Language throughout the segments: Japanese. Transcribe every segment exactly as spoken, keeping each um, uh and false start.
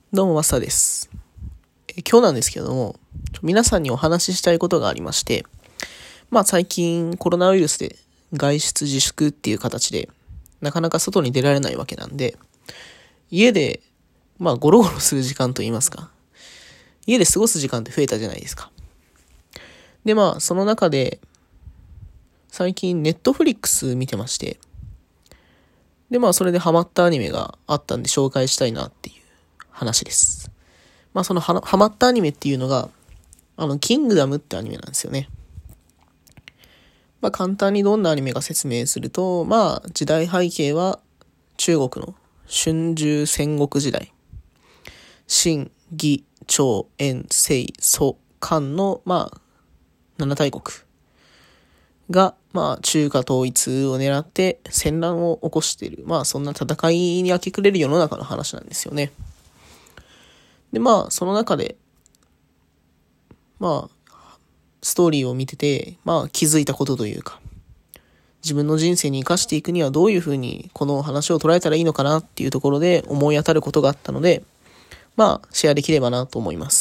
どうもマスターです。え今日なんですけども、皆さんにお話ししたいことがありまして、まあ最近コロナウイルスで外出自粛っていう形でなかなか外に出られないわけなんで、家でまあゴロゴロする時間といいますか、家で過ごす時間って増えたじゃないですか。でまあその中で最近ネットフリックス見てまして、でまあそれでハマったアニメがあったんで紹介したいなっていう話です。まあそのハマったアニメっていうのが、あの、キングダムってアニメなんですよね。まあ簡単にどんなアニメか説明すると、まあ時代背景は中国の春秋戦国時代。秦、魏、趙、燕、西、蘇、韓の、まあ、七大国が、まあ中華統一を狙って戦乱を起こしている。まあそんな戦いに明け暮れる世の中の話なんですよね。で、まあ、その中で、まあ、ストーリーを見てて、まあ、気づいたことというか、自分の人生に生かしていくにはどういうふうにこの話を捉えたらいいのかなっていうところで思い当たることがあったので、まあ、シェアできればなと思います。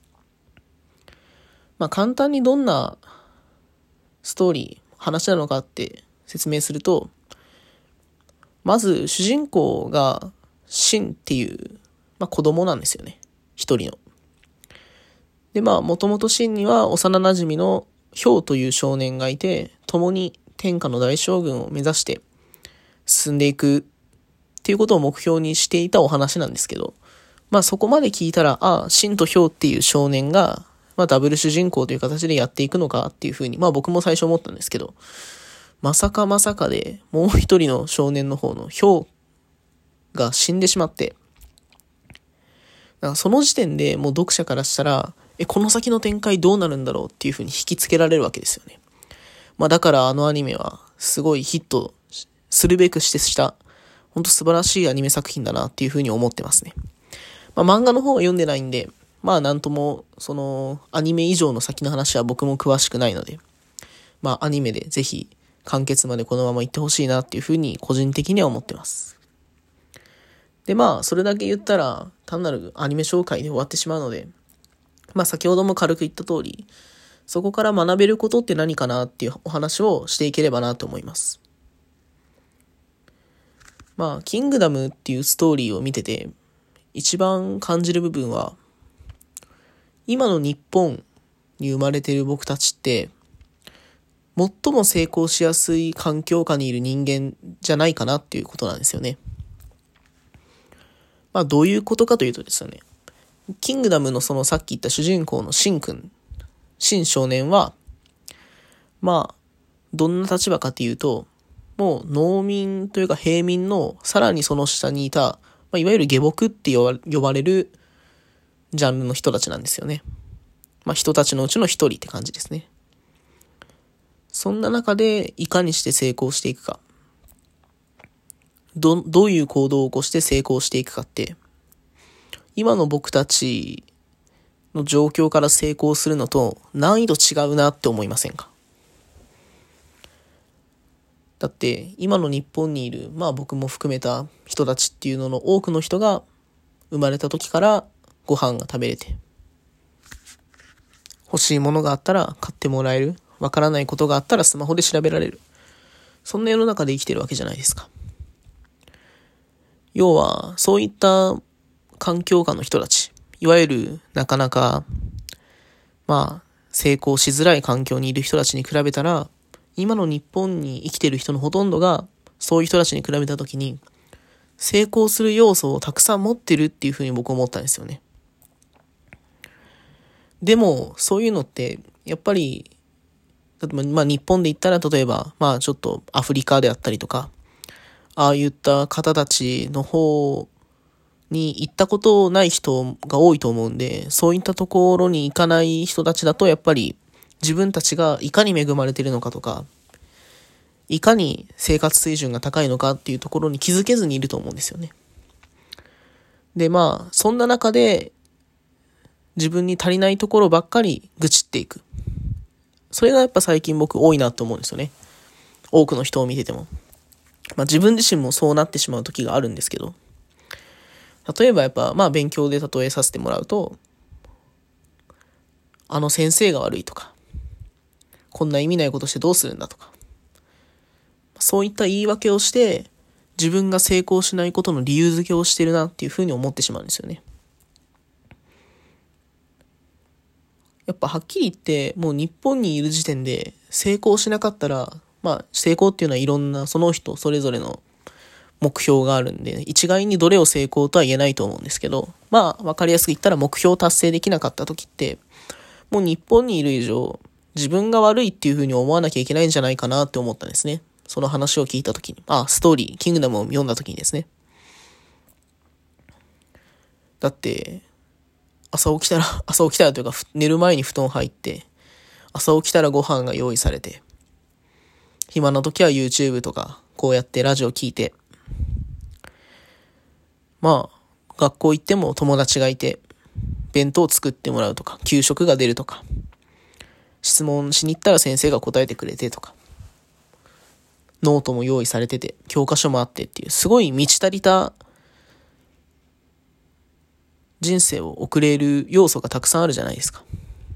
まあ、簡単にどんなストーリー、話なのかって説明すると、まず、主人公が、シンっていう、まあ、子供なんですよね。一人の。で、まあ、もともとシンには幼馴染のヒョウという少年がいて、共に天下の大将軍を目指して進んでいくっていうことを目標にしていたお話なんですけど、まあそこまで聞いたら、ああ、シンとヒョウっていう少年が、まあダブル主人公という形でやっていくのかっていうふうに、まあ僕も最初思ったんですけど、まさかまさかでもう一人の少年の方のヒョウが死んでしまって、なんかその時点でもう読者からしたら、え、この先の展開どうなるんだろうっていう風に引きつけられるわけですよね。まあだからあのアニメはすごいヒットするべくしてした、ほんと素晴らしいアニメ作品だなっていう風に思ってますね。まあ漫画の方は読んでないんで、まあなんともそのアニメ以上の先の話は僕も詳しくないので、まあアニメでぜひ完結までこのまま行ってほしいなっていう風に個人的には思ってます。でまあそれだけ言ったら単なるアニメ紹介で終わってしまうので、まあ先ほども軽く言った通り、そこから学べることって何かなっていうお話をしていければなと思います。まあ、キングダムっていうストーリーを見てて、一番感じる部分は、今の日本に生まれている僕たちって、最も成功しやすい環境下にいる人間じゃないかなっていうことなんですよね。まあ、どういうことかというとですね、キングダムのそのさっき言った主人公のシンくん、シン少年は、まあ、どんな立場かというと、もう農民というか平民のさらにその下にいた、まあ、いわゆる下僕って呼ば呼ばれるジャンルの人たちなんですよね。まあ人たちのうちの一人って感じですね。そんな中でいかにして成功していくか。ど、どういう行動を起こして成功していくかって、今の僕たちの状況から成功するのと難易度違うなって思いませんか？だって今の日本にいる、まあ僕も含めた人たちっていうのの多くの人が生まれた時からご飯が食べれて、欲しいものがあったら買ってもらえる、わからないことがあったらスマホで調べられる、そんな世の中で生きてるわけじゃないですか。要はそういった環境下の人たち、いわゆるなかなかまあ成功しづらい環境にいる人たちに比べたら、今の日本に生きている人のほとんどがそういう人たちに比べたときに成功する要素をたくさん持ってるっていうふうに僕は思ったんですよね。でもそういうのってやっぱり、例えばまあ日本で言ったら例えばまあちょっとアフリカであったりとか、ああいった方たちの方に行ったことない人が多いと思うんで、そういったところに行かない人たちだとやっぱり自分たちがいかに恵まれているのかとか、いかに生活水準が高いのかっていうところに気づけずにいると思うんですよね。で、まあ、そんな中で自分に足りないところばっかり愚痴っていく。それがやっぱ最近僕多いなと思うんですよね。多くの人を見てても。まあ自分自身もそうなってしまう時があるんですけど、 例えばやっぱ、まあ勉強で例えさせてもらうと、あの先生が悪いとか、こんな意味ないことしてどうするんだとか、そういった言い訳をして、自分が成功しないことの理由付けをしてるなっていうふうに思ってしまうんですよね。やっぱはっきり言って、もう日本にいる時点で成功しなかったら、まあ成功っていうのはいろんなその人それぞれの目標があるんで、一概にどれを成功とは言えないと思うんですけど、まあわかりやすく言ったら目標を達成できなかった時って、もう日本にいる以上、自分が悪いっていうふうに思わなきゃいけないんじゃないかなって思ったんですね。その話を聞いた時に。あ、ストーリー、キングダムを読んだ時にですね。だって、朝起きたら、朝起きたらというか、寝る前に布団入って、朝起きたらご飯が用意されて、暇な時は YouTube とか、こうやってラジオ聞いて、まあ、学校行っても友達がいて、弁当を作ってもらうとか、給食が出るとか、質問しに行ったら先生が答えてくれてとか、ノートも用意されてて、教科書もあってっていう、すごい満ち足りた人生を送れる要素がたくさんあるじゃないですか。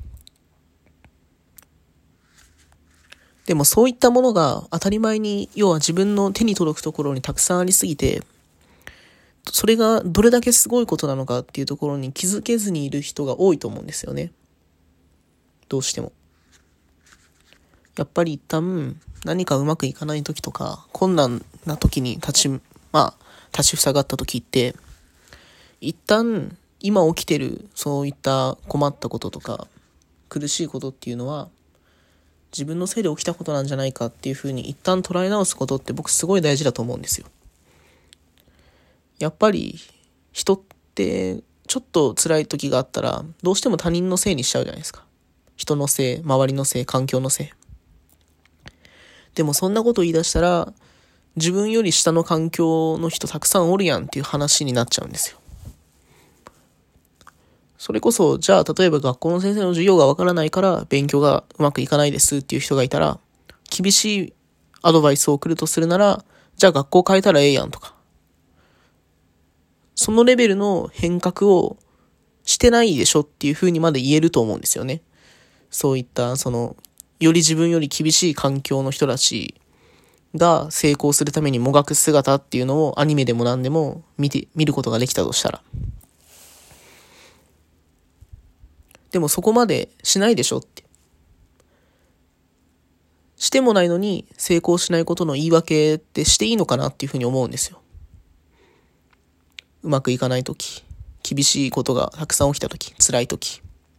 でもそういったものが当たり前に、要は自分の手に届くところにたくさんありすぎて、それがどれだけすごいことなのかっていうところに気づけずにいる人が多いと思うんですよね。どうしても。やっぱり一旦何かうまくいかない時とか、困難な時に立ち、まあ、立ち塞がった時って、一旦今起きてるそういった困ったこととか苦しいことっていうのは自分のせいで起きたことなんじゃないかっていうふうに一旦捉え直すことって僕すごい大事だと思うんですよ。やっぱり人ってちょっと辛い時があったらどうしても他人のせいにしちゃうじゃないですか。人のせい、周りのせい、環境のせい。でもそんなこと言い出したら自分より下の環境の人たくさんおるやんっていう話になっちゃうんですよ。それこそ、じゃあ、例えば学校の先生の授業がわからないから勉強がうまくいかないですっていう人がいたら、厳しいアドバイスを送るとするなら、じゃあ学校変えたらええやんとか。そのレベルの変革をしてないでしょっていう風にまで言えると思うんですよね。そういった、その、より自分より厳しい環境の人たちが成功するためにもがく姿っていうのをアニメでも何でも見て、見ることができたとしたら。でもそこまでしないでしょって。してもないのに成功しないことの言い訳ってしていいのかなっていうふうに思うんですよ。うまくいかないとき、厳しいことがたくさん起きたとき、辛いとき。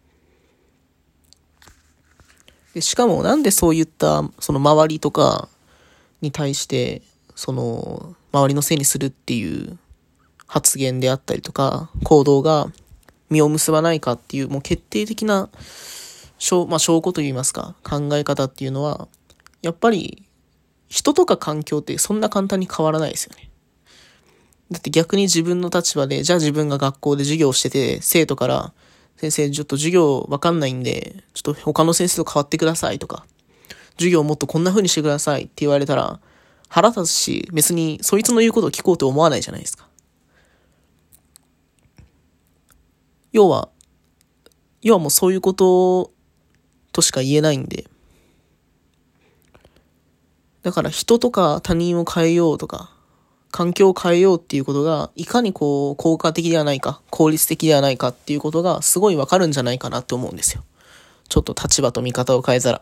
で、しかもなんでそういったその周りとかに対してその周りのせいにするっていう発言であったりとか行動が実を結ばないかっていうもう決定的な証、まあ、証拠といいますか考え方っていうのはやっぱり人とか環境ってそんな簡単に変わらないですよね。だって逆に自分の立場でじゃあ自分が学校で授業をしてて生徒から先生ちょっと授業わかんないんでちょっと他の先生と変わってくださいとか授業をもっとこんな風にしてくださいって言われたら腹立つし別にそいつの言うことを聞こうと思わないじゃないですか。要は、要はもうそういうこととしか言えないんで。だから人とか他人を変えようとか、環境を変えようっていうことが、いかにこう、効果的ではないか、効率的ではないかっていうことがすごいわかるんじゃないかなって思うんですよ。ちょっと立場と見方を変えたら。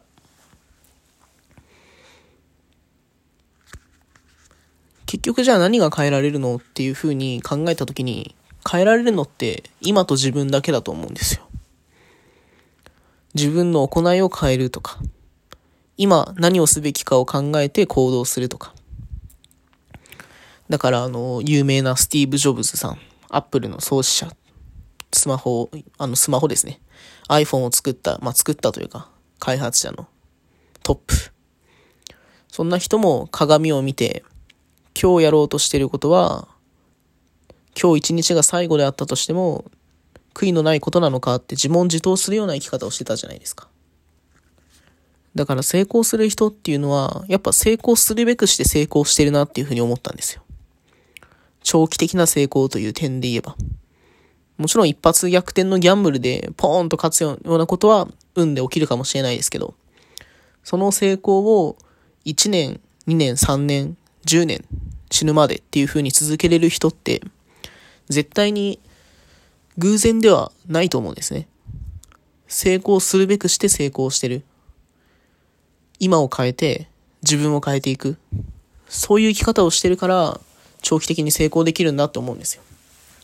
結局じゃあ何が変えられるのっていうふうに考えたときに、変えられるのって今と自分だけだと思うんですよ。自分の行いを変えるとか、今何をすべきかを考えて行動するとか。だからあの有名なスティーブ・ジョブズさん、アップルの創始者、スマホ、あのスマホですね。iPhone を作った、まあ作ったというか開発者のトップ。そんな人も鏡を見て今日やろうとしていることは今日一日が最後であったとしても悔いのないことなのかって自問自答するような生き方をしてたじゃないですか。だから成功する人っていうのはやっぱ成功するべくして成功してるなっていうふうに思ったんですよ。 長期的な成功という点で言えば。もちろん一発逆転のギャンブルでポーンと勝つようなことは運で起きるかもしれないですけど、その成功をいちねん、にねん、さんねん、じゅうねん、死ぬまでっていう風に続けれる人って、絶対に偶然ではないと思うんですね。成功するべくして成功してる。今を変えて自分を変えていく。そういう生き方をしてるから長期的に成功できるんだと思うんですよ。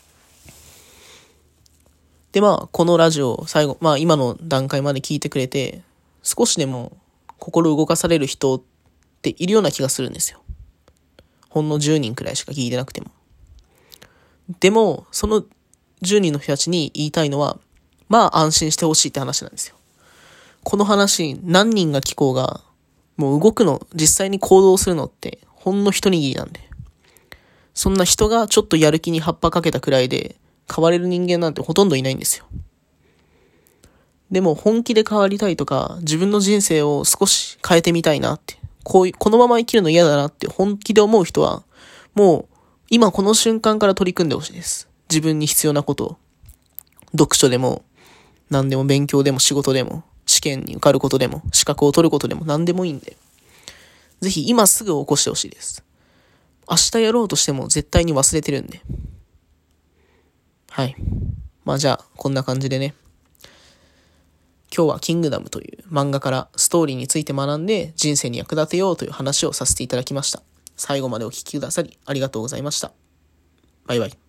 でまあこのラジオ最後、まあ今の段階まで聞いてくれて少しでも心動かされる人っているような気がするんですよ。ほんのじゅうにんくらいしか聞いてなくても。でもそのじゅうにんの人たちに言いたいのは、まあ安心してほしいって話なんですよ。この話何人が聞こうが、もう動くの、実際に行動するのってほんの一握りなんで。そんな人がちょっとやる気に葉っぱかけたくらいで変われる人間なんてほとんどいないんですよ。でも本気で変わりたいとか、自分の人生を少し変えてみたいなって、こういう、このまま生きるの嫌だなって本気で思う人は、もう今この瞬間から取り組んでほしいです。自分に必要なことを。読書でも、何でも勉強でも仕事でも、試験に受かることでも、資格を取ることでも何でもいいんで、ぜひ今すぐ起こしてほしいです。明日やろうとしても絶対に忘れてるんで。はい。まあじゃあ、こんな感じでね。今日はキングダムという漫画からストーリーについて学んで人生に役立てようという話をさせていただきました。最後までお聞きくださりありがとうございました。バイバイ。